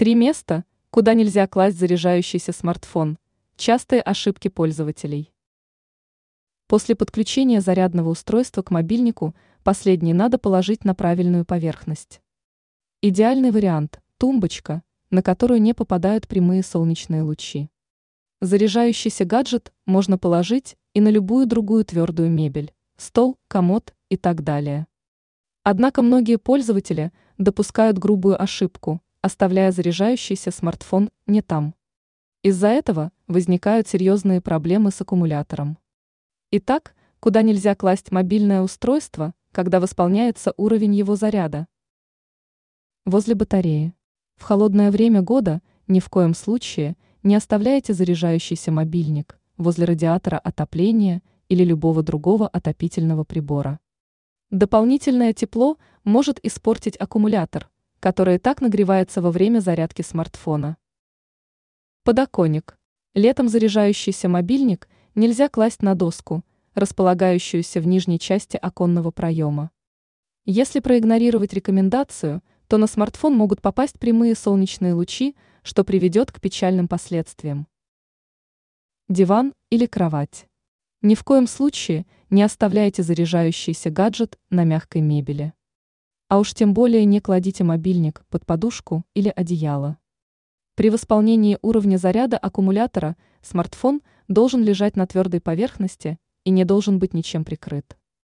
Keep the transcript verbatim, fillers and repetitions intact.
Три места, куда нельзя класть заряжающийся смартфон. Частые ошибки пользователей. После подключения зарядного устройства к мобильнику последний надо положить на правильную поверхность. Идеальный вариант – тумбочка, на которую не попадают прямые солнечные лучи. Заряжающийся гаджет можно положить и на любую другую твердую мебель – стол, комод и так далее. Однако многие пользователи допускают грубую ошибку, оставляя заряжающийся смартфон не там. Из-за этого возникают серьезные проблемы с аккумулятором. Итак, куда нельзя класть мобильное устройство, когда восполняется уровень его заряда? Возле батареи. В холодное время года ни в коем случае не оставляйте заряжающийся мобильник возле радиатора отопления или любого другого отопительного прибора. Дополнительное тепло может испортить аккумулятор, который и так нагревается во время зарядки смартфона. Подоконник. Летом заряжающийся мобильник нельзя класть на доску, располагающуюся в нижней части оконного проема. Если проигнорировать рекомендацию, то на смартфон могут попасть прямые солнечные лучи, что приведет к печальным последствиям. Диван или кровать. Ни в коем случае не оставляйте заряжающийся гаджет на мягкой мебели. А уж тем более не кладите мобильник под подушку или одеяло. При восполнении уровня заряда аккумулятора смартфон должен лежать на твердой поверхности и не должен быть ничем прикрыт.